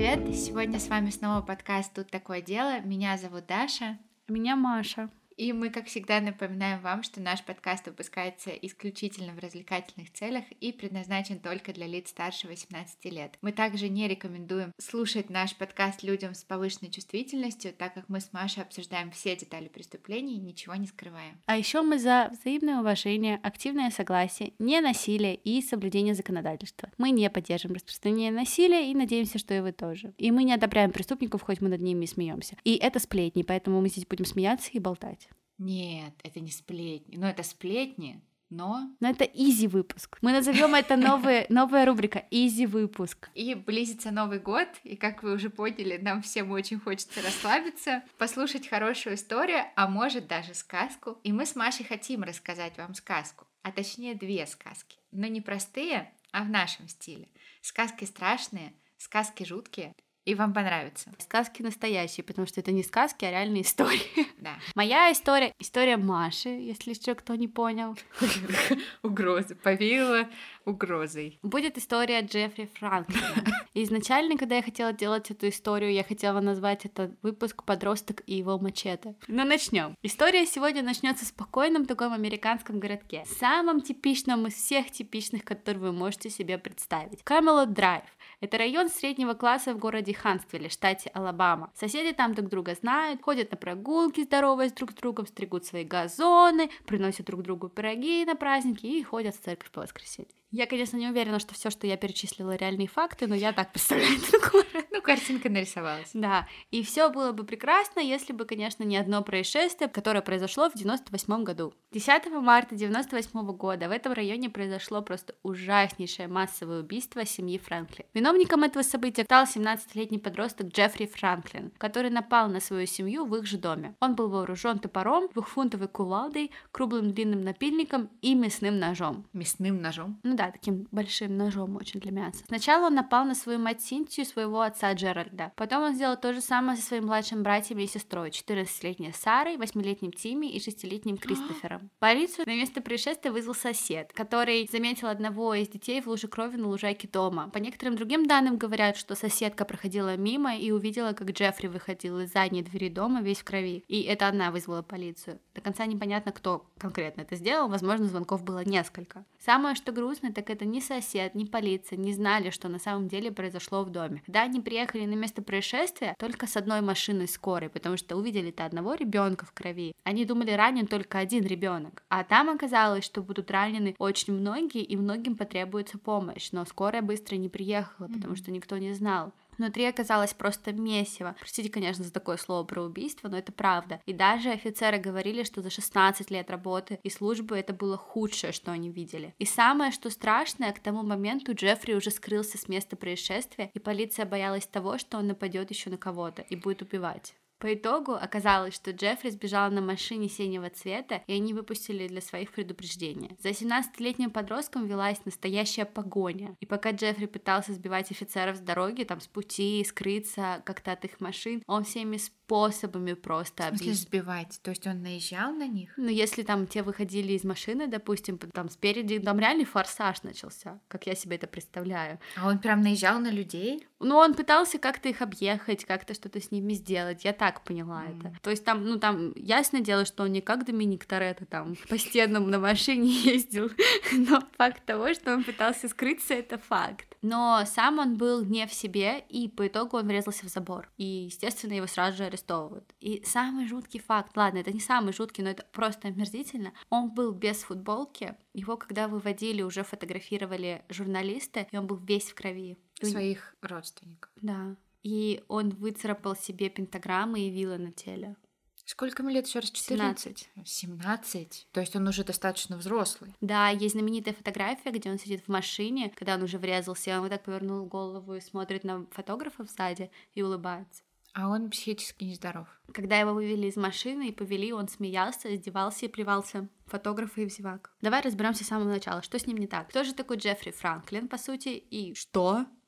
привет! Сегодня с вами снова подкаст «Тут такое дело». Меня зовут Даша. Меня Маша. И мы, как всегда, напоминаем вам, что наш подкаст выпускается исключительно в развлекательных целях и предназначен только для лиц старше 18 лет. Мы также не рекомендуем слушать наш подкаст людям с повышенной чувствительностью, так как мы с Машей обсуждаем все детали преступлений и ничего не скрываем. А еще мы за взаимное уважение, активное согласие, ненасилие и соблюдение законодательства. Мы не поддерживаем распространение насилия и надеемся, что и вы тоже. И мы не одобряем преступников, хоть мы над ними и смеемся. И это сплетни, поэтому мы здесь будем смеяться и болтать. Нет, это не сплетни. Ну, это сплетни, но это изи выпуск. Мы назовем это новая рубрика изи выпуск. И близится Новый год, и как вы уже поняли, нам всем очень хочется расслабиться, послушать хорошую историю, а может даже сказку. И мы с Машей хотим рассказать вам сказку, а точнее 2 сказки. Но не простые, а в нашем стиле. Сказки страшные, сказки жуткие. И вам понравится. Сказки настоящие, потому что это не сказки, а реальные истории. Да. Моя история Маши, если еще кто не понял. Угрозы. Повеяла угрозой. Будет история Джеффри Франклина. Изначально, когда я хотела делать эту историю, я хотела назвать этот выпуск «Подросток и его мачете». Но начнем. История сегодня начнется в спокойном таком американском городке. Самом типичном из всех типичных, которые вы можете себе представить. Камелот Драйв. Это район среднего класса в городе Хантсвилле, штате Алабама. Соседи там друг друга знают, ходят на прогулки, здороваясь друг с другом, стригут свои газоны, приносят друг другу пироги на праздники и ходят в церковь по воскресеньям. Я, конечно, не уверена, что все, что я перечислила, реальные факты, но я так представляю этот город. Ну, картинка нарисовалась. Да, и все было бы прекрасно, если бы, конечно, не одно происшествие, которое произошло в 98 году. 10 марта 98 года в этом районе произошло просто ужаснейшее массовое убийство семьи Франклин. Виновником этого события стал 17-летний подросток Джеффри Франклин, который напал на свою семью в их же доме. Он был вооружен топором, 2-фунтовой кувалдой, круглым длинным напильником и мясным ножом. Мясным ножом? Да, таким большим ножом очень для мяса. Сначала он напал на свою мать Синтию и своего отца Джеральда. Потом он сделал то же самое со своим младшим братьем и сестрой, 14-летней Сарой, 8-летним Тимми и 6-летним Кристофером. Полицию на место происшествия вызвал сосед, который заметил одного из детей в луже крови на лужайке дома. По некоторым другим данным говорят, что соседка проходила мимо и увидела, как Джеффри выходил из задней двери дома весь в крови. И это она вызвала полицию. До конца непонятно, кто конкретно это сделал, возможно, звонков было несколько. Самое, что грустно, так это ни сосед, ни полиция не знали, что на самом деле произошло в доме. Когда они приехали на место происшествия, только с одной машиной скорой, потому что увидели-то одного ребенка в крови. Они думали, ранен только один ребенок, а там оказалось, что будут ранены очень многие, и многим потребуется помощь, но скорая быстро не приехала, потому что никто не знал. Внутри оказалось просто месиво. Простите, конечно, за такое слово про убийство, но это правда. И даже офицеры говорили, что за 16 лет работы и службы это было худшее, что они видели. И самое, что страшное, к тому моменту Джеффри уже скрылся с места происшествия, и полиция боялась того, что он нападет еще на кого-то и будет убивать. По итогу оказалось, что Джеффри сбежал на машине синего цвета, и они выпустили для своих предупреждения. За 17-летним подростком велась настоящая погоня. И пока Джеффри пытался сбивать офицеров с дороги, там, с пути, скрыться как-то от их машин, он всеми способами просто В смысле сбивать? То есть он наезжал на них? Ну, если там те выходили из машины, допустим, там спереди, там реальный форсаж начался, как я себе это представляю. А он прям наезжал на людей? Ну, он пытался как-то их объехать, как-то что-то с ними сделать, я так поняла это. То есть там, там ясное дело, что он не как Доминик Торетто там по стенам на машине ездил, но факт того, что он пытался скрыться, это факт. Но сам он был не в себе, и по итогу он врезался в забор. И, естественно, его сразу же арестовывают. И самый жуткий факт, ладно, это не самый жуткий, но это просто омерзительно, он был без футболки, его когда выводили, уже фотографировали журналисты, и он был весь в крови. Своих родственников. Да. И он выцарапал себе пентаграммы и вилы на теле. Сколько ему лет еще раз? 14? 17? То есть он уже достаточно взрослый. Да, есть знаменитая фотография, где он сидит в машине, когда он уже врезался, он вот так повернул голову и смотрит на фотографов сзади и улыбается. А он психически нездоров. Когда его вывели из машины и повели, он смеялся, издевался и плевался фотографа и в зевак. Давай разберемся с самого начала, что с ним не так. Кто же такой Джеффри Франклин, по сути, и что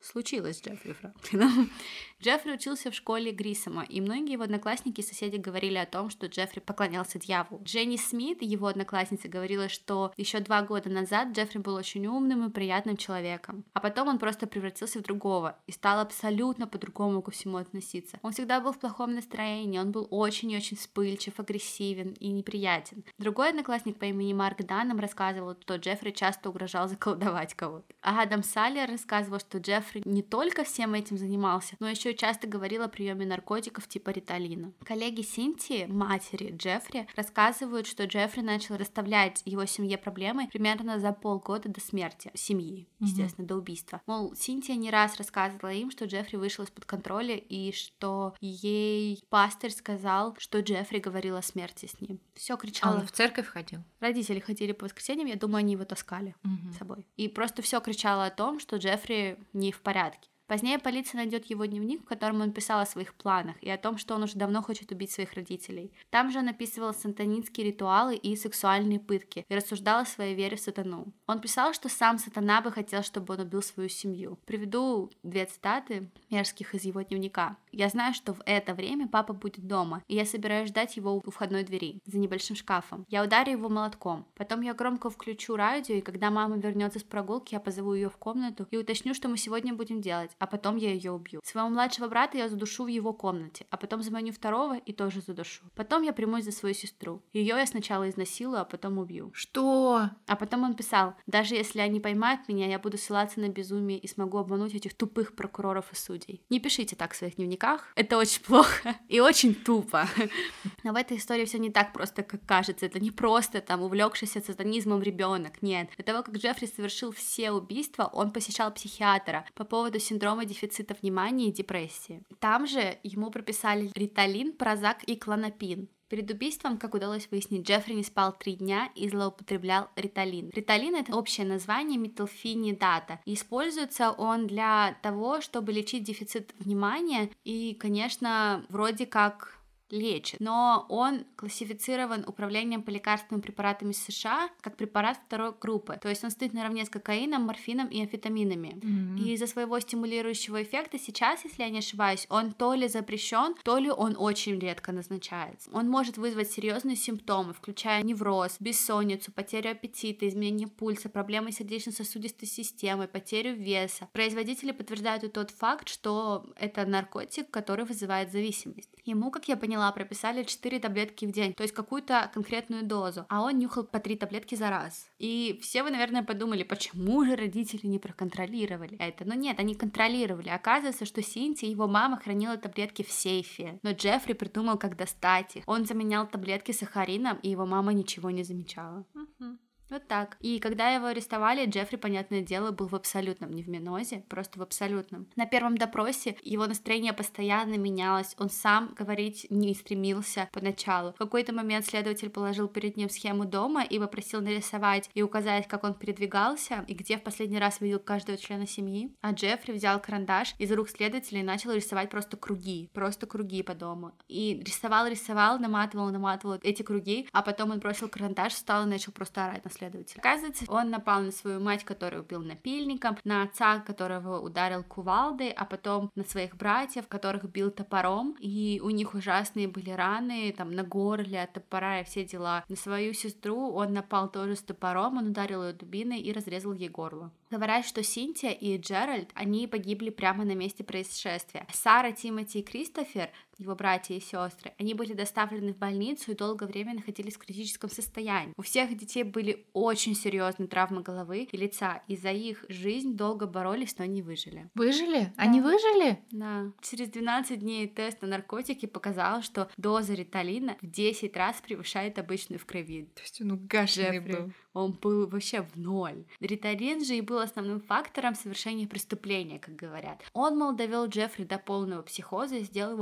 случилось с Джеффри Франклином. Джеффри учился в школе Грисома, и многие его одноклассники и соседи говорили о том, что Джеффри поклонялся дьяволу. Дженни Смит, его одноклассница, говорила, что еще 2 года назад Джеффри был очень умным и приятным человеком, а потом он просто превратился в другого и стал абсолютно по-другому ко всему относиться. Он всегда был в плохом настроении, он был очень и очень вспыльчив, агрессивен и неприятен. Другой одноклассник по имени Марк Данном рассказывал, что Джеффри часто угрожал заколдовать кого-то. А Адам Саллер рассказывал, что Джеффри не только всем этим занимался, но еще и часто говорил о приеме наркотиков типа риталина. Коллеги Синтии, матери Джеффри, рассказывают, что Джеффри начал расставлять его семье проблемы примерно за полгода до смерти семьи, естественно, до убийства. Мол, Синтия не раз рассказывала им, что Джеффри вышел из-под контроля и что ей пастырь сказал, что Джеффри говорил о смерти с ним. Все кричала. Он в церковь ходил? Родители ходили по воскресеньям, я думаю, они его таскали с собой. И просто все кричало о том, что Джеффри не в порядке. Позднее полиция найдет его дневник, в котором он писал о своих планах и о том, что он уже давно хочет убить своих родителей. Там же он описывал сатанинские ритуалы и сексуальные пытки и рассуждал о своей вере в сатану. Он писал, что сам сатана бы хотел, чтобы он убил свою семью. Приведу 2 цитаты мерзких из его дневника. «Я знаю, что в это время папа будет дома, и я собираюсь ждать его у входной двери, за небольшим шкафом. Я ударю его молотком. Потом я громко включу радио, и когда мама вернется с прогулки, я позову ее в комнату и уточню, что мы сегодня будем делать, а потом я ее убью. Своего младшего брата я задушу в его комнате, а потом звоню второго и тоже задушу. Потом я примусь за свою сестру. Ее я сначала изнасилую, а потом убью». Что? А потом он писал: «Даже если они поймают меня, я буду ссылаться на безумие и смогу обмануть этих тупых прокуроров и судей». Не пишите так в своих дневниках, это очень плохо и очень тупо. Но в этой истории все не так просто, как кажется. Это не просто там увлекшийся сатанизмом ребенок. Нет. До того, как Джеффри совершил все убийства, он посещал психиатра по поводу синдрома дефицита внимания и депрессии. Там же ему прописали риталин, прозак и клонопин. Перед убийством, как удалось выяснить, Джеффри не спал 3 дня и злоупотреблял риталин. Риталин — это общее название метилфенидата. И используется он для того, чтобы лечить дефицит внимания и, конечно, вроде как лечит, но он классифицирован Управлением по лекарственным препаратами США как препарат 2-й группы, то есть он стоит наравне с кокаином, морфином и амфетаминами. И из-за своего стимулирующего эффекта сейчас, если я не ошибаюсь, он то ли запрещен, то ли он очень редко назначается. Он может вызвать серьезные симптомы, включая невроз, бессонницу, потерю аппетита, изменение пульса, проблемы сердечно-сосудистой системы, потерю веса. Производители подтверждают и тот факт, что это наркотик, который вызывает зависимость. Ему, как я поняла, прописали 4 таблетки в день, то есть какую-то конкретную дозу, а он нюхал по 3 таблетки за раз. И все вы, наверное, подумали, почему же родители не проконтролировали это? Но нет, они контролировали. Оказывается, что Синти, его мама, хранила таблетки в сейфе, но Джеффри придумал, как достать их. Он заменял таблетки сахарином, и его мама ничего не замечала. Вот так. И когда его арестовали, Джеффри, понятное дело, был в абсолютном невменозе, просто в абсолютном. На первом допросе его настроение постоянно менялось, он сам говорить не стремился поначалу. В какой-то момент следователь положил перед ним схему дома и попросил нарисовать и указать, как он передвигался и где в последний раз видел каждого члена семьи. А Джеффри взял карандаш из рук следователя и начал рисовать просто круги по дому. И рисовал, наматывал эти круги, а потом он бросил карандаш, встал и начал просто орать на следователя. Оказывается, он напал на свою мать, которую убил напильником, на отца, которого ударил кувалдой, а потом на своих братьев, которых бил топором, и у них ужасные были раны, там, на горле от топора и все дела. На свою сестру он напал тоже с топором, он ударил ее дубиной и разрезал ей горло. Говорят, что Синтия и Джеральд, они погибли прямо на месте происшествия. Сара, Тимоти и Кристофер, его братья и сестры, они были доставлены в больницу и долгое время находились в критическом состоянии. У всех детей были очень серьезные травмы головы и лица, и за их жизнь долго боролись, но не выжили. Выжили? Да. Они выжили? Да. Через 12 дней тест на наркотики показал, что доза риталина в 10 раз превышает обычную в крови. То есть он угашенный был. Он был вообще в ноль. Риталин же и был основным фактором совершения преступления, как говорят. Он, мол, довел Джеффри до полного психоза и сделал его просто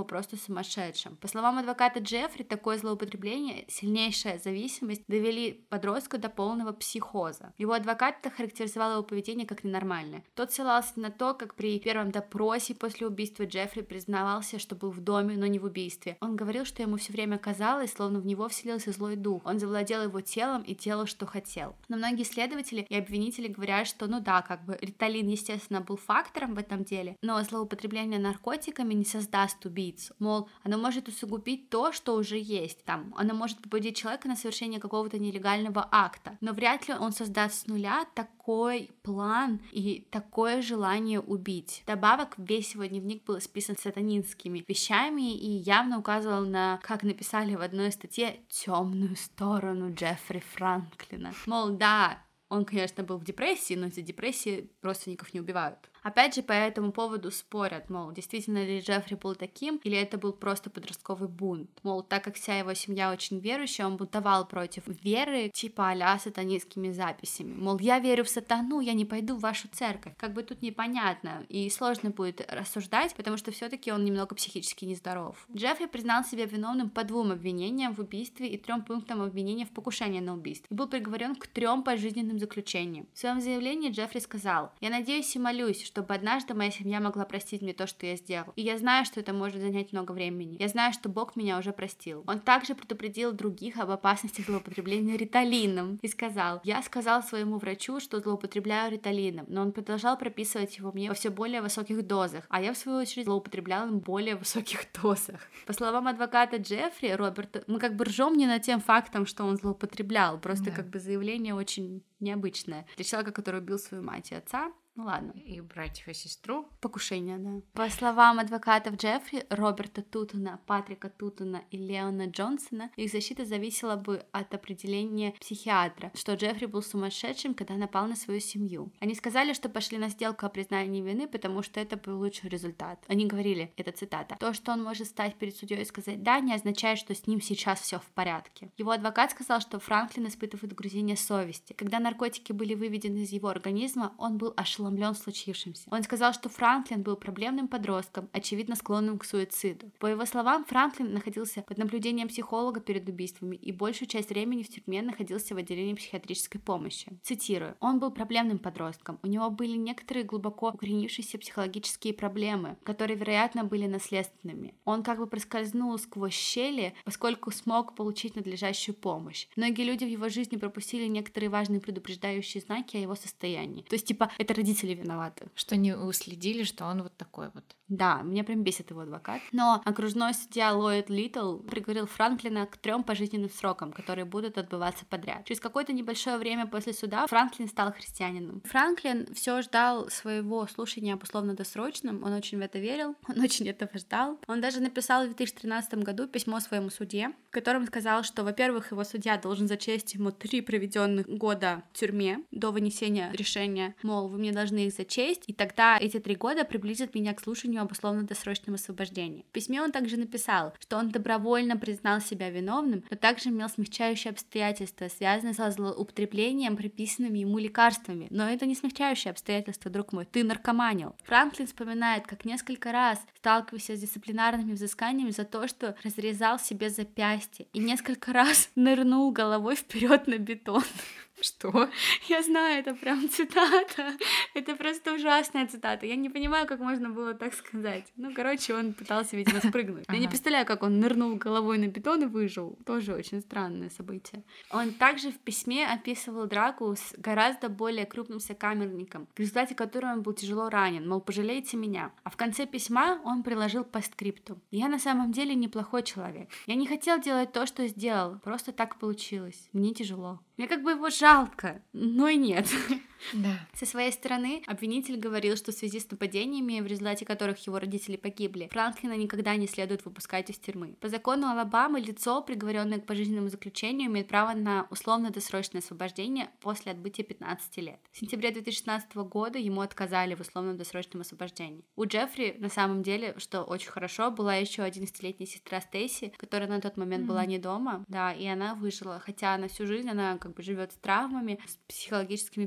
сумасшедшим. По словам адвоката Джеффри, такое злоупотребление, сильнейшая зависимость довели подростка до полного психоза. Его адвокат характеризовал его поведение как ненормальное. Тот ссылался на то, как при первом допросе после убийства Джеффри признавался, что был в доме, но не в убийстве. Он говорил, что ему все время казалось, словно в него вселился злой дух. Он завладел его телом и делал, что хотел. Но многие следователи и обвинители говорят, что Риталин, естественно, был фактором в этом деле, но злоупотребление наркотиками не создаст убийцу. Мол, оно может усугубить то, что уже есть. Оно может побудить человека на совершение какого-то нелегального акта, но вряд ли он создаст с нуля такой план и такое желание убить. Вдобавок, весь его дневник был исписан сатанинскими вещами и явно указывал на, как написали в одной статье, темную сторону Джеффри Франклина. Мол, да, он, конечно, был в депрессии, но из-за депрессии родственников не убивают. Опять же, по этому поводу спорят, мол, действительно ли Джеффри был таким, или это был просто подростковый бунт. Мол, так как вся его семья очень верующая, он бунтовал против веры, типа а-ля сатанинскими записями. Мол, я верю в сатану, я не пойду в вашу церковь. Тут непонятно, и сложно будет рассуждать, потому что все-таки он немного психически нездоров. Джеффри признал себя виновным по 2 обвинениям в убийстве и 3 пунктам обвинения в покушении на убийство. И был приговорен к 3 пожизненным заключениям. В своем заявлении Джеффри сказал: «Я надеюсь и молюсь, чтобы однажды моя семья могла простить мне то, что я сделал. И я знаю, что это может занять много времени. Я знаю, что Бог меня уже простил». Он также предупредил других об опасности злоупотребления риталином и сказал: «Я сказал своему врачу, что злоупотребляю риталином, но он продолжал прописывать его мне во все более высоких дозах, а я в свою очередь злоупотреблял им в более высоких дозах». По словам адвоката Джеффри, Роберта, мы ржем не над тем фактом, что он злоупотреблял, просто заявление очень необычное для человека, который убил свою мать и отца. Ну ладно. И братьев и сестру. Покушение, да. По словам адвокатов Джеффри, Роберта Тутона, Патрика Тутона и Леона Джонсона, их защита зависела бы от определения психиатра, что Джеффри был сумасшедшим, когда напал на свою семью. Они сказали, что пошли на сделку о признании вины, потому что это был лучший результат. Они говорили, это цитата: «То, что он может стать перед судьей и сказать «да», не означает, что с ним сейчас все в порядке». Его адвокат сказал, что Франклин испытывает угрызение совести. Когда наркотики были выведены из его организма, он был ошеломлен случившимся. Он сказал, что Франклин был проблемным подростком, очевидно склонным к суициду. По его словам, Франклин находился под наблюдением психолога перед убийствами и большую часть времени в тюрьме находился в отделении психиатрической помощи. Цитирую: «Он был проблемным подростком. У него были некоторые глубоко укоренившиеся психологические проблемы, которые, вероятно, были наследственными. Он проскользнул сквозь щели, поскольку смог получить надлежащую помощь. Многие люди в его жизни пропустили некоторые важные предупреждающие знаки о его состоянии». То есть, это родители виноваты. Что не уследили, что он вот такой вот. Да, меня прям бесит его адвокат. Но окружной судья Ллойд Литтл приговорил Франклина к 3 пожизненным срокам, которые будут отбываться подряд. Через какое-то небольшое время после суда Франклин стал христианином. Франклин все ждал своего слушания об условно-досрочном, он очень в это верил, он очень этого ждал. Он даже написал в 2013 году письмо своему судье, в котором сказал, что, во-первых, его судья должен зачесть ему 3 проведенных года в тюрьме до вынесения решения, мол, вы мне должны их зачесть, и тогда эти 3 года приблизят меня к слушанию об условно-досрочном освобождении. В письме он также написал, что он добровольно признал себя виновным, но также имел смягчающие обстоятельства, связанные со злоупотреблением приписанными ему лекарствами. Но это не смягчающие обстоятельства, друг мой, ты наркоманил. Франклин вспоминает, как несколько раз сталкивался с дисциплинарными взысканиями за то, что разрезал себе запястье, и несколько раз нырнул головой вперед на бетон. Что? Я знаю, это прям цитата. Это просто ужасная цитата. Я не понимаю, как можно было так сказать. Он пытался, видимо, спрыгнуть. Я не представляю, как он нырнул головой на бетон и выжил. Тоже очень странное событие. Он также в письме описывал драку с гораздо более крупным сокамерником, в результате которой он был тяжело ранен, мол, пожалейте меня. А в конце письма он приложил постскриптум: «Я на самом деле неплохой человек. Я не хотел делать то, что сделал. Просто так получилось. Мне тяжело». Мне его жалко, но и нет. Да. Со своей стороны, обвинитель говорил, что в связи с нападениями, в результате которых его родители погибли, Франклина никогда не следует выпускать из тюрьмы. По закону Алабамы лицо, приговоренное к пожизненному заключению, имеет право на условно-досрочное освобождение после отбытия 15 лет. В сентябре 2016 года ему отказали в условно-досрочном освобождении. У Джеффри, на самом деле, что очень хорошо, была еще 11-летняя сестра Стейси, которая на тот момент была не дома, да, и она выжила, хотя на всю жизнь она живет с травмами, с психическими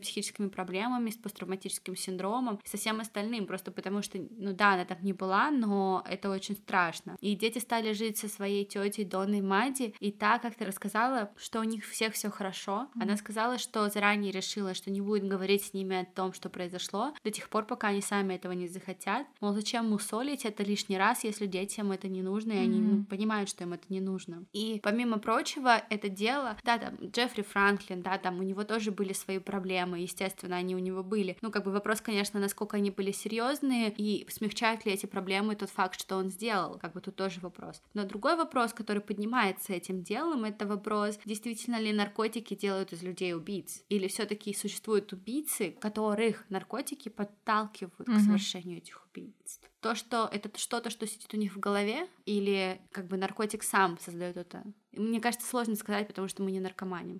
психическими проблемами, с посттравматическим синдромом, со всем остальным, просто потому что, ну да, она там не была, но это очень страшно. И дети стали жить со своей тетей Донной Мади, и та как-то рассказала, что у них всех все хорошо. Она сказала, что заранее решила, что не будет говорить с ними о том, что произошло, до тех пор, пока они сами этого не захотят. Мол, зачем мусолить это лишний раз, если детям это не нужно, и они понимают, что им это не нужно. И помимо прочего, это дело, да, там Джеффри Франклин, да, там у него тоже были свои проблемы, естественно, они у него были. Ну, как бы вопрос, конечно, насколько они были серьезные и смягчают ли эти проблемы тот факт, что он сделал, как бы тут тоже вопрос. Но другой вопрос, который поднимается этим делом, это вопрос, действительно ли наркотики делают из людей убийц, или все-таки существуют убийцы, которых наркотики подталкивают к совершению этих убийств. То, что это что-то, что сидит у них в голове, или как бы наркотик сам создает это. Мне кажется, сложно сказать, потому что мы не наркоманим.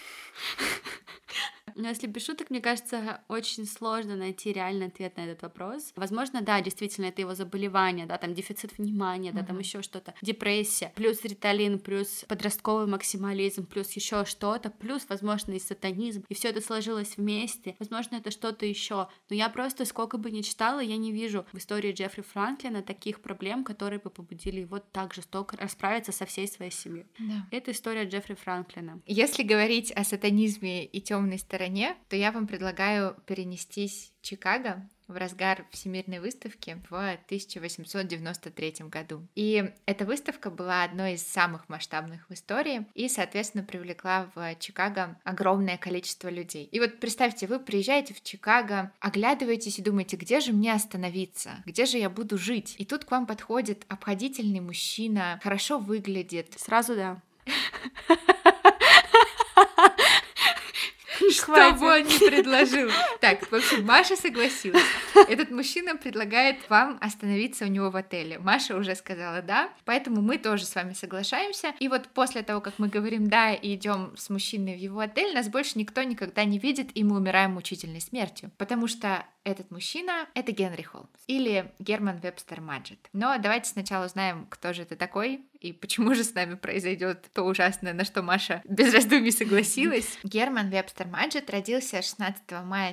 Но если без шуток, мне кажется, очень сложно найти реальный ответ на этот вопрос. Возможно, да, действительно, это его заболевание, да, там дефицит внимания, да, там еще что-то, депрессия, плюс риталин, плюс подростковый максимализм, плюс еще что-то, плюс, возможно, и сатанизм, и все это сложилось вместе. Возможно, это что-то еще. Но я просто, сколько бы ни читала, я не вижу в истории Джеффри Франклина таких проблем, которые бы побудили его так жестоко расправиться со всей своей семьей. Да. Это история Джеффри Франклина. Если говорить о сатанизме и темной стороне, то я вам предлагаю перенестись в Чикаго в разгар Всемирной выставки в 1893 году. И эта выставка была одной из самых масштабных в истории и, соответственно, привлекла в Чикаго огромное количество людей. И вот представьте, вы приезжаете в Чикаго, оглядываетесь и думаете, где же мне остановиться, где же я буду жить? И тут к вам подходит обходительный мужчина, хорошо выглядит. Сразу да. Что бы он ни предложил. Так, в общем, Маша согласилась. Этот мужчина предлагает вам остановиться у него в отеле. Маша уже сказала да, поэтому мы тоже с вами соглашаемся. И вот после того, как мы говорим да и идем с мужчиной в его отель, нас больше никто никогда не видит, и мы умираем мучительной смертью. Потому что этот мужчина — это Генри Холмс или Герман Вебстер Маджет. Но давайте сначала узнаем, кто же это такой и почему же с нами произойдет то ужасное, на что Маша без раздумий согласилась. Герман Вебстер Маджет родился 16 мая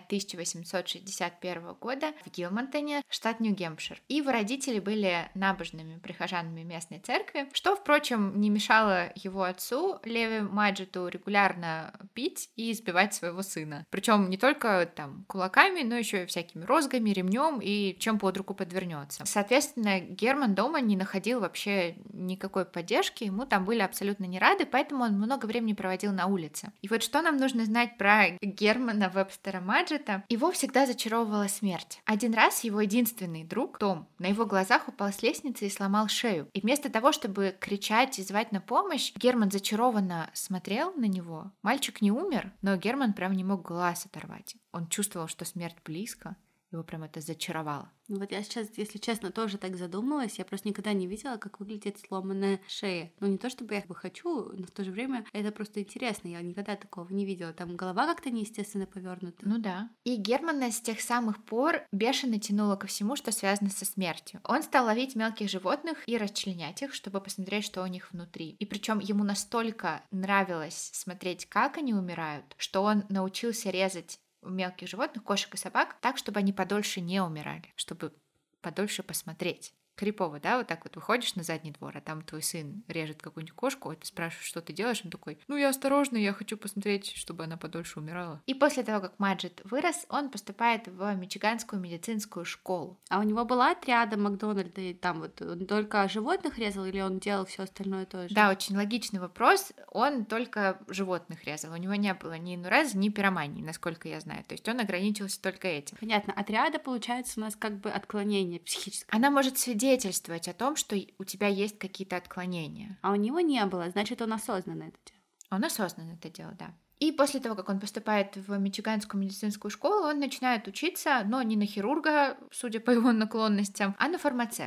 1861 года в Гилмонтоне, штат Нью-Гэмпшир. И его родители были набожными прихожанами местной церкви, что, впрочем, не мешало его отцу, Леви Маджету, регулярно пить и избивать своего сына. Причем не только там кулаками, но еще и всякими розгами, ремнем и чем под руку подвернется. Соответственно, Герман дома не находил вообще никакой поддержки, ему там были абсолютно не рады, поэтому он много времени проводил на улице. И вот что нам нужно знать про Германа Вебстера Маджета? Его всегда зачаровывала смерть. Один раз его единственный друг, Том, на его глазах упал с лестницы и сломал шею. И вместо того, чтобы кричать и звать на помощь, Герман зачарованно смотрел на него. Мальчик не умер, но Герман прям не мог глаз оторвать. Он чувствовал, что смерть близко. Его прям это зачаровало. Ну вот я сейчас, если честно, тоже так задумалась. Я просто никогда не видела, как выглядит сломанная шея. Ну не то чтобы я бы хочу, но в то же время это просто интересно. Я никогда такого не видела. Там голова как-то неестественно повернута. Ну да. И Германа с тех самых пор бешено тянуло ко всему, что связано со смертью. Он стал ловить мелких животных и расчленять их, чтобы посмотреть, что у них внутри. И причем ему настолько нравилось смотреть, как они умирают, что он научился резать мелких животных, кошек и собак, так, чтобы они подольше не умирали, чтобы подольше посмотреть. Крипово, да, вот так вот выходишь на задний двор, а там твой сын режет какую-нибудь кошку, а ты спрашиваешь, что ты делаешь, он такой, ну я осторожно, я хочу посмотреть, чтобы она подольше умирала. И после того, как Маджет вырос, он поступает в Мичиганскую медицинскую школу. А у него была триада Макдональда, и там вот он только животных резал, или он делал все остальное тоже? Да, очень логичный вопрос. Он только животных резал. У него не было ни инураза, ни пиромании, насколько я знаю. То есть он ограничился только этим. Понятно. А триада, получается, у нас как бы отклонение психическое. Она может свидетельствовать о том, что у тебя есть какие-то отклонения. А у него не было, значит, он осознанно это делал. Он осознанно это делал, да. И после того, как он поступает в Мичиганскую медицинскую школу, он начинает учиться, но не на хирурга, судя по его наклонностям, а на фармацевта.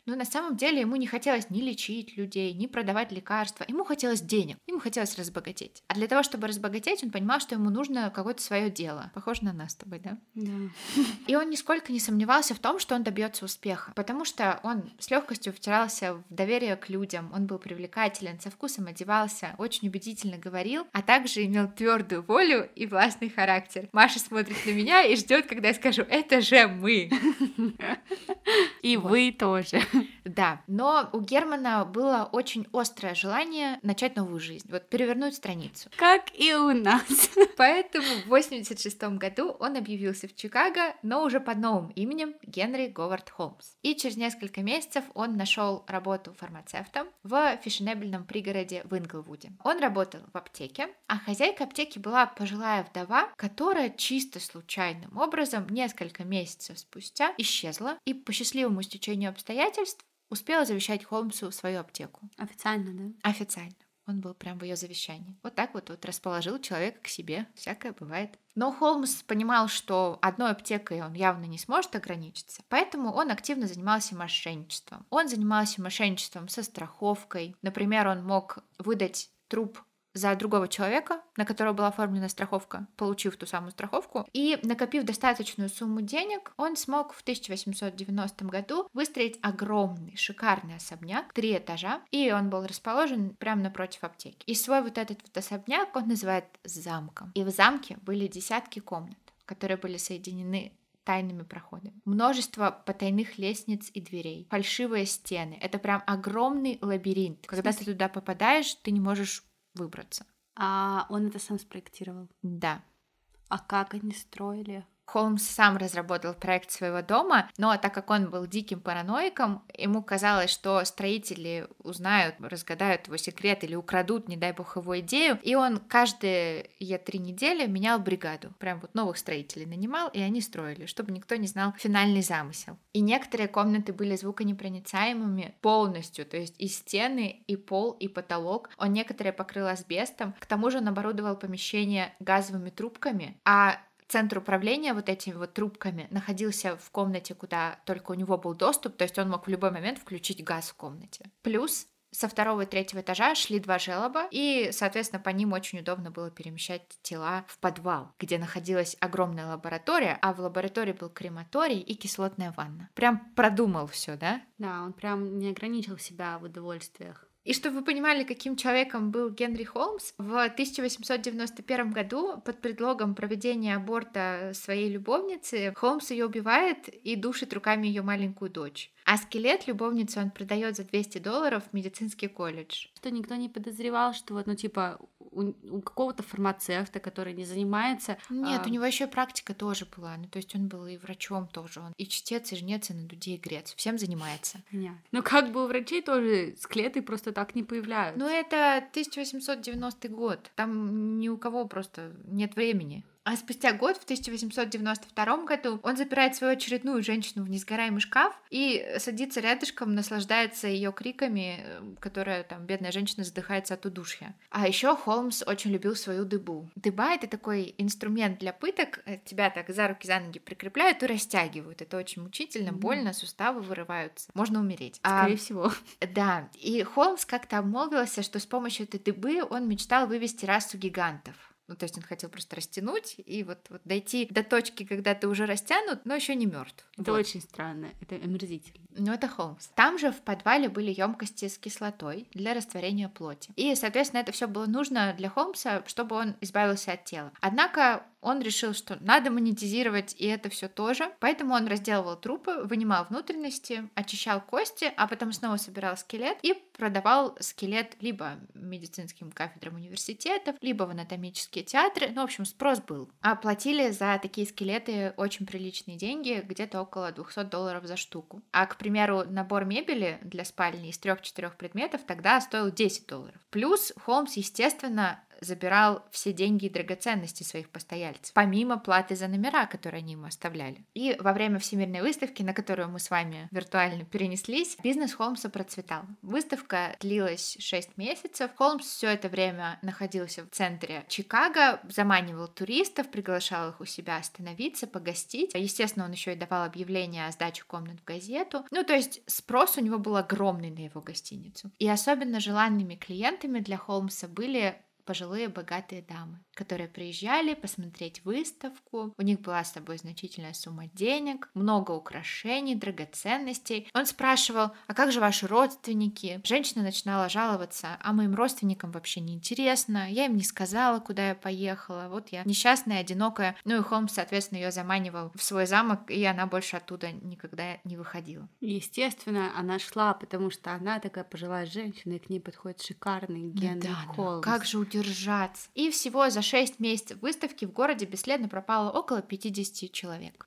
Но на самом деле ему не хотелось ни лечить людей, ни продавать лекарства. Ему хотелось денег, ему хотелось разбогатеть. А для того, чтобы разбогатеть, он понимал, что ему нужно какое-то свое дело. Похоже на нас с тобой, да? Да. И он нисколько не сомневался в том, что он добьется успеха, потому что он с легкостью втирался в доверие к людям, он был привлекателен, со вкусом одевался, очень убедительно говорил, а также имел твердую волю и властный характер. Маша смотрит на меня и ждет, когда я скажу: это же мы. И вы тоже. Да, но у Германа было очень острое желание начать новую жизнь, вот перевернуть страницу. Как и у нас. Поэтому в 1986 году он объявился в Чикаго, но уже под новым именем Генри Говард Холмс. И через несколько месяцев он нашел работу фармацевтом в фешенебельном пригороде в Инглвуде. Он работал в аптеке, а хозяйка аптеки была пожилая вдова, которая чисто случайным образом несколько месяцев спустя исчезла и по счастливому стечению обстоятельств успела завещать Холмсу свою аптеку. Официально, да? Официально. Он был прям в ее завещании. Вот так вот расположил человека к себе. Всякое бывает. Но Холмс понимал, что одной аптекой он явно не сможет ограничиться, поэтому он активно занимался мошенничеством. Он занимался мошенничеством со страховкой. Например, он мог выдать труп за другого человека, на которого была оформлена страховка, получив ту самую страховку, и накопив достаточную сумму денег, он смог в 1890 году выстроить огромный, шикарный особняк, 3 этажа, и он был расположен прямо напротив аптеки. И свой вот этот вот особняк он называет замком. И в замке были десятки комнат, которые были соединены тайными проходами. Множество потайных лестниц и дверей. Фальшивые стены. Это прям огромный лабиринт. Когда ты туда попадаешь, ты не можешь выбраться. А он это сам спроектировал? Да. А как они строили? Холмс сам разработал проект своего дома, но так как он был диким параноиком, ему казалось, что строители узнают, разгадают его секрет или украдут, не дай бог, его идею, и он каждые 3 недели менял бригаду. Прям вот новых строителей нанимал, и они строили, чтобы никто не знал финальный замысел. И некоторые комнаты были звуконепроницаемыми полностью, то есть и стены, и пол, и потолок. Он некоторые покрыл асбестом, к тому же он оборудовал помещение газовыми трубками, а центр управления вот этими вот трубками находился в комнате, куда только у него был доступ, то есть он мог в любой момент включить газ в комнате. Плюс со 2-го и 3-го этажа шли 2 желоба, и, соответственно, по ним очень удобно было перемещать тела в подвал, где находилась огромная лаборатория, а в лаборатории был крематорий и кислотная ванна. Прям продумал все, да? Да, он прям не ограничил себя в удовольствиях. И чтобы вы понимали, каким человеком был Генри Холмс, в 1891 году под предлогом проведения аборта своей любовницы Холмс ее убивает и душит руками ее маленькую дочь. А скелет любовницы он продает за $200 в медицинский колледж. Что никто не подозревал, что вот, у какого-то фармацевта, который не занимается... Нет, у него еще практика тоже была. Ну, то есть он был и врачом тоже. Он и чтец, и жнец, и на дуде, и грец. Всем занимается. Понятно. Но как бы у врачей тоже скелеты просто так не появляются. Ну, это 1890 год. Там ни у кого просто нет времени. А спустя год, в 1892 году, он запирает свою очередную женщину в несгораемый шкаф и садится рядышком, наслаждается ее криками, которая там, бедная женщина, задыхается от удушья. А еще Холмс очень любил свою дыбу. Дыба — это такой инструмент для пыток. Тебя так за руки, за ноги прикрепляют и растягивают. Это очень мучительно, больно, суставы вырываются. Можно умереть. Скорее всего. Да. И Холмс как-то обмолвился, что с помощью этой дыбы он мечтал вывести расу гигантов. Ну, то есть он хотел просто растянуть и вот дойти до точки, когда ты уже растянут, но еще не мертв. Это очень странно, это омерзительно. Ну, это Холмс. Там же в подвале были емкости с кислотой для растворения плоти. И, соответственно, это все было нужно для Холмса, чтобы он избавился от тела. Однако он решил, что надо монетизировать и это все тоже, поэтому он разделывал трупы, вынимал внутренности, очищал кости, а потом снова собирал скелет и продавал скелет либо медицинским кафедрам университетов, либо в анатомические театры. Ну, в общем, спрос был. А платили за такие скелеты очень приличные деньги, где-то около $200 за штуку. А, к примеру, набор мебели для спальни из 3-4 предметов тогда стоил $10. Плюс Холмс, естественно, забирал все деньги и драгоценности своих постояльцев, помимо платы за номера, которые они ему оставляли. И во время Всемирной выставки, на которую мы с вами виртуально перенеслись, бизнес Холмса процветал. Выставка длилась 6 месяцев. Холмс все это время находился в центре Чикаго, заманивал туристов, приглашал их у себя остановиться, погостить. Естественно, он еще и давал объявления о сдаче комнат в газету. То есть спрос у него был огромный на его гостиницу. И особенно желанными клиентами для Холмса были пожилые богатые дамы, которые приезжали посмотреть выставку. У них была с собой значительная сумма денег, много украшений, драгоценностей. Он спрашивал: а как же ваши родственники? Женщина начинала жаловаться: а моим родственникам вообще не интересно, я им не сказала, куда я поехала, вот я несчастная, одинокая. И Холмс, соответственно, ее заманивал в свой замок, и она больше оттуда никогда не выходила. Естественно, она шла, потому что она такая пожилая женщина, и к ней подходит шикарный Генри Холмс. Как же удержаться? И всего за 6 месяцев выставки в городе бесследно пропало около 50 человек.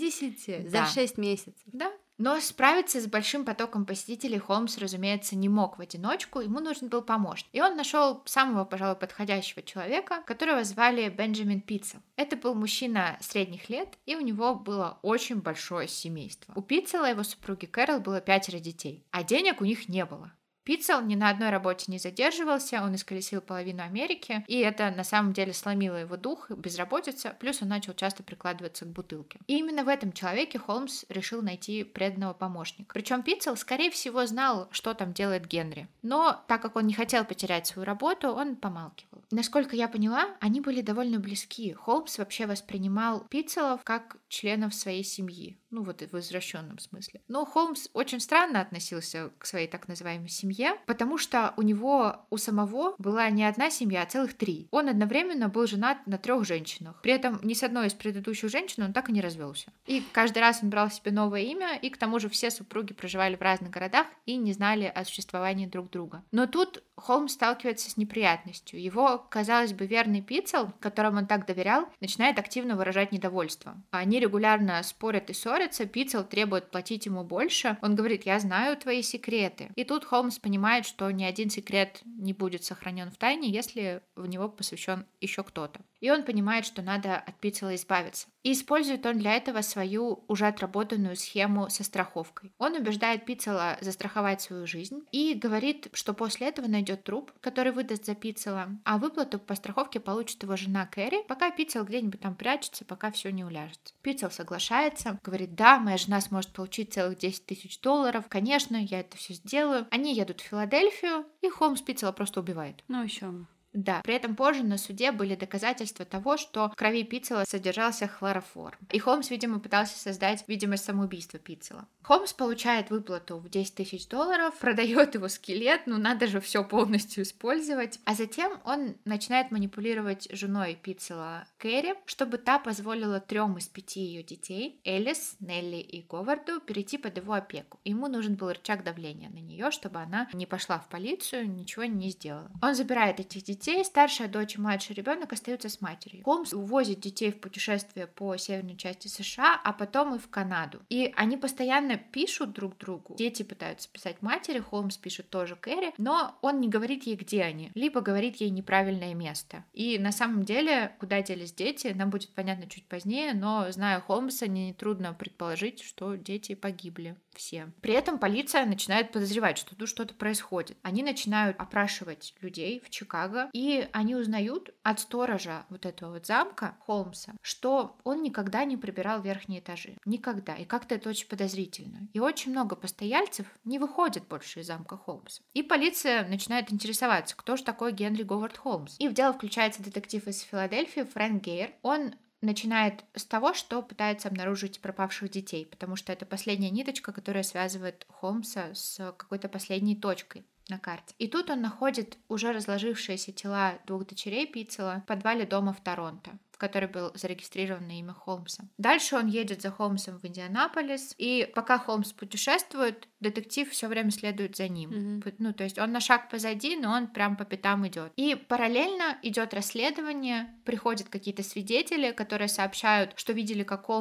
50? Да. За 6 месяцев? Да. Но справиться с большим потоком посетителей Холмс, разумеется, не мог в одиночку, ему нужен был помощник. И он нашел самого, пожалуй, подходящего человека, которого звали Бенджамин Питцел. Это был мужчина средних лет, и у него было очень большое семейство. У Питцела и его супруги Кэрол было 5 детей, а денег у них не было. Питцел ни на одной работе не задерживался, он исколесил половину Америки, и это на самом деле сломило его дух, безработица, плюс он начал часто прикладываться к бутылке. И именно в этом человеке Холмс решил найти преданного помощника. Причем Питцел, скорее всего, знал, что там делает Генри. Но так как он не хотел потерять свою работу, он помалкивал. Насколько я поняла, они были довольно близки. Холмс вообще воспринимал Питцелов как членов своей семьи. В извращенном смысле. Но Холмс очень странно относился к своей так называемой семье, потому что у самого была не одна семья, а целых 3. Он одновременно был женат на 3 женщинах. При этом ни с одной из предыдущих женщин он так и не развелся. И каждый раз он брал себе новое имя, и к тому же все супруги проживали в разных городах и не знали о существовании друг друга. Но тут Холмс сталкивается с неприятностью. Его, казалось бы, верный Питцел, которому он так доверял, начинает активно выражать недовольство. Они регулярно спорят и ссорятся. Питцел требует платить ему больше. Он говорит: я знаю твои секреты. И тут Холмс понимает, что ни один секрет не будет сохранен в тайне, если в него посвящен еще кто-то. И он понимает, что надо от Питцела избавиться. И использует он для этого свою уже отработанную схему со страховкой. Он убеждает Питцела застраховать свою жизнь и говорит, что после этого найдет труп, который выдаст за Питцела, а выплату по страховке получит его жена Кэрри, пока Питцел где-нибудь там прячется, пока все не уляжется. Питцел соглашается, говорит: да, моя жена сможет получить целых $10 000, конечно, я это все сделаю. Они едут в Филадельфию, и Холмс Питцела просто убивает. Еще. Да, при этом позже на суде были доказательства того, что в крови Питцела содержался хлороформ. И Холмс, видимо, пытался создать видимость самоубийства Питцела. Холмс получает выплату в $10 000, продает его скелет, надо же все полностью использовать. А затем он начинает манипулировать женой Питцела Кэрри, чтобы та позволила 3 из 5 ее детей, Элис, Нелли и Говарду, перейти под его опеку. Ему нужен был рычаг давления на нее, чтобы она не пошла в полицию, ничего не сделала. Он забирает этих детей, старшая дочь и младший ребенок остаются с матерью. Холмс увозит детей в путешествие по северной части США, а потом и в Канаду. И они постоянно пишут друг другу. Дети пытаются писать матери, Холмс пишет тоже Кэрри, но он не говорит ей, где они, либо говорит ей неправильное место. И на самом деле, куда делись дети, нам будет понятно чуть позднее, но, зная Холмса, нетрудно предположить, что дети погибли все. При этом полиция начинает подозревать, что тут что-то происходит. Они начинают опрашивать людей в Чикаго, и они узнают от сторожа вот этого замка Холмса, что он никогда не прибирал верхние этажи. Никогда. И как-то это очень подозрительно. И очень много постояльцев не выходит больше из замка Холмса. И полиция начинает интересоваться, кто же такой Генри Говард Холмс. И в дело включается детектив из Филадельфии Фрэнк Гейр. Он начинает с того, что пытается обнаружить пропавших детей, потому что это последняя ниточка, которая связывает Холмса с какой-то последней точкой на карте. И тут он находит уже разложившиеся тела 2 дочерей Питцела в подвале дома в Торонто, в который был зарегистрирован на имя Холмса. Дальше он едет за Холмсом в Индианаполис, и пока Холмс путешествует, детектив все время следует за ним. То есть он на шаг позади, но он прям по пятам идет. И параллельно идет расследование, приходят какие-то свидетели, которые сообщают, что видели, как Холмс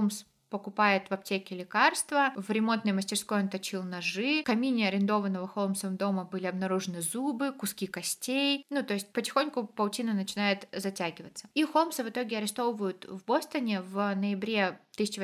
покупает в аптеке лекарства, в ремонтной мастерской он точил ножи, в камине арендованного Холмсом дома были обнаружены зубы, куски костей, то есть потихоньку паутина начинает затягиваться. И Холмса в итоге арестовывают в Бостоне в ноябре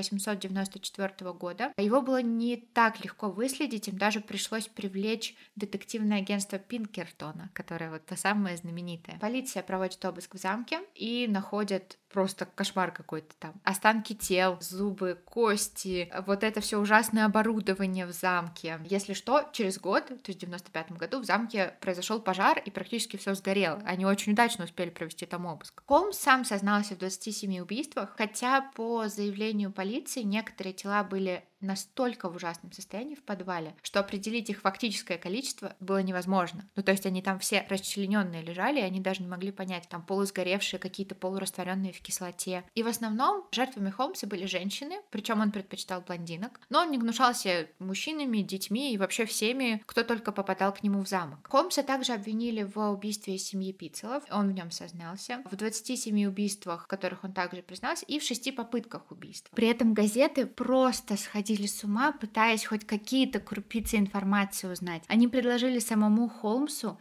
1894 года. Его было не так легко выследить, им даже пришлось привлечь детективное агентство Пинкертона, которое вот то самое знаменитое. Полиция проводит обыск в замке и находит просто кошмар какой-то там. Останки тел, зубы, кости, вот это все ужасное оборудование в замке. Если что, через год, то есть в 95 году, в замке произошел пожар и практически все сгорело. Они очень удачно успели провести там обыск. Холмс сам сознался в 27 убийствах, хотя по заявлению полиции некоторые тела были настолько в ужасном состоянии в подвале, что определить их фактическое количество было невозможно. То есть они там все расчлененные лежали, и они даже не могли понять, там полусгоревшие, какие-то полурастворенные в кислоте. И в основном жертвами Холмса были женщины, причем он предпочитал блондинок, но он не гнушался мужчинами, детьми и вообще всеми, кто только попадал к нему в замок. Холмса также обвинили в убийстве семьи Питцелов, он в нем сознался, в 27 убийствах, в которых он также признался, и в 6 попытках убийства. При этом газеты просто сходили с ума, пытаясь хоть какие-то крупицы информации узнать. Они предложили самому Холмсу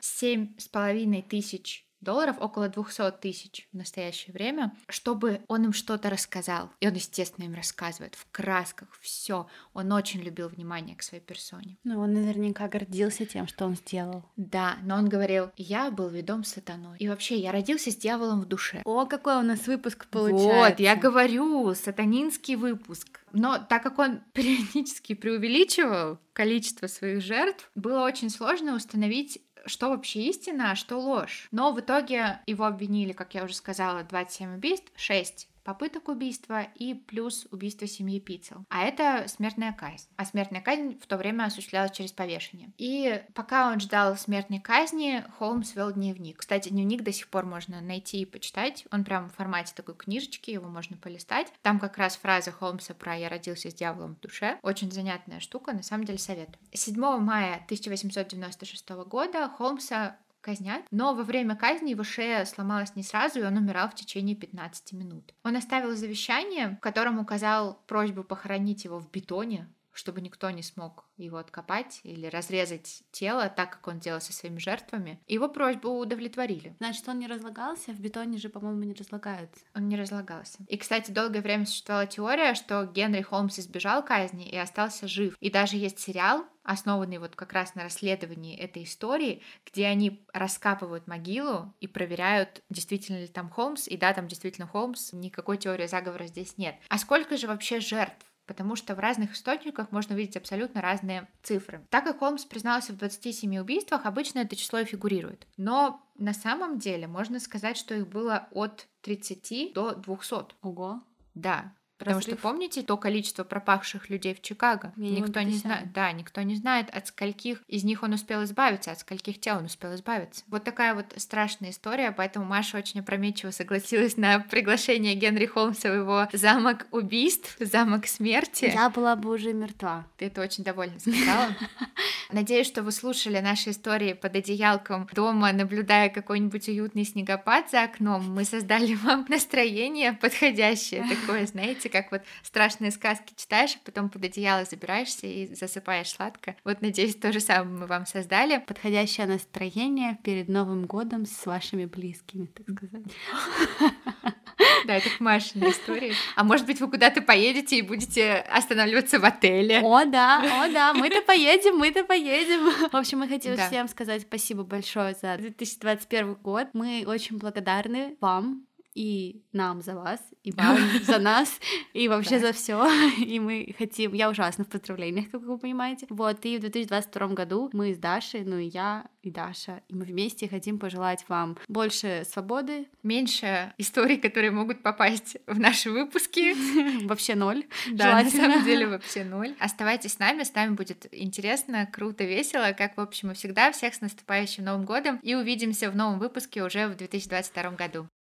$7,500, около 200 тысяч в настоящее время, чтобы он им что-то рассказал. И он, естественно, им рассказывает в красках, все. Он очень любил внимание к своей персоне. Он наверняка гордился тем, что он сделал. Да, но он говорил: я был ведом сатаной. И вообще, я родился с дьяволом в душе. О, какой у нас выпуск получается. Вот, я говорю, сатанинский выпуск. Но так как он периодически преувеличивал количество своих жертв, было очень сложно установить, что вообще истина, а что ложь. Но в итоге его обвинили, как я уже сказала, 27 убийств, 6 попыток убийства и плюс убийство семьи Питцел. А это смертная казнь. А смертная казнь в то время осуществлялась через повешение. И пока он ждал смертной казни, Холмс вел дневник. Кстати, дневник до сих пор можно найти и почитать. Он прям в формате такой книжечки, его можно полистать. Там как раз фраза Холмса про «я родился с дьяволом в душе». Очень занятная штука, на самом деле советую. 7 мая 1896 года Холмса казнят, но во время казни его шея сломалась не сразу, и он умирал в течение 15 минут. Он оставил завещание, в котором указал просьбу похоронить его в бетоне, чтобы никто не смог его откопать или разрезать тело, так как он делал со своими жертвами. Его просьбу удовлетворили. Значит, он не разлагался? В бетоне же, по-моему, не разлагаются. Он не разлагался. И, кстати, долгое время существовала теория, что Генри Холмс избежал казни и остался жив. И даже есть сериал, основанный вот как раз на расследовании этой истории, где они раскапывают могилу и проверяют, действительно ли там Холмс. И да, там действительно Холмс, никакой теории заговора здесь нет. А сколько же вообще жертв? Потому что в разных источниках можно увидеть абсолютно разные цифры. Так как Холмс признался в 27 убийствах, обычно это число и фигурирует. Но на самом деле можно сказать, что их было от 30 до 200. Ого. Да. Потому что помните то количество пропавших людей в Чикаго? Никто не знает. Да, никто не знает, от скольких из них он успел избавиться, от скольких тел он успел избавиться. Вот такая вот страшная история, поэтому Маша очень опрометчиво согласилась на приглашение Генри Холмса в его замок убийств, замок смерти. Я была бы уже мертва. Ты это очень довольно сказала. Надеюсь, что вы слушали наши истории под одеялком дома, наблюдая какой-нибудь уютный снегопад за окном. Мы создали вам настроение подходящее, такое, знаете, как вот страшные сказки читаешь, а потом под одеяло забираешься и засыпаешь сладко. Вот, надеюсь, то же самое мы вам создали. Подходящее настроение перед Новым годом с вашими близкими, так сказать. Да, это к Машиной истории. А может быть, вы куда-то поедете и будете останавливаться в отеле. О, да, мы-то поедем. В общем, мы хотим всем сказать спасибо большое за 2021 год. Мы очень благодарны вам и нам за вас, и вам за нас, и вообще за все. И мы хотим... Я ужасно в поздравлениях, как вы понимаете. Вот, и в 2022 году мы с Дашей, и я, и Даша, и мы вместе хотим пожелать вам больше свободы, меньше историй, которые могут попасть в наши выпуски. Вообще 0. Да, на самом деле вообще 0. Оставайтесь с нами будет интересно, круто, весело, как, в общем, и всегда. Всех с наступающим Новым годом, и увидимся в новом выпуске уже в 2022 году.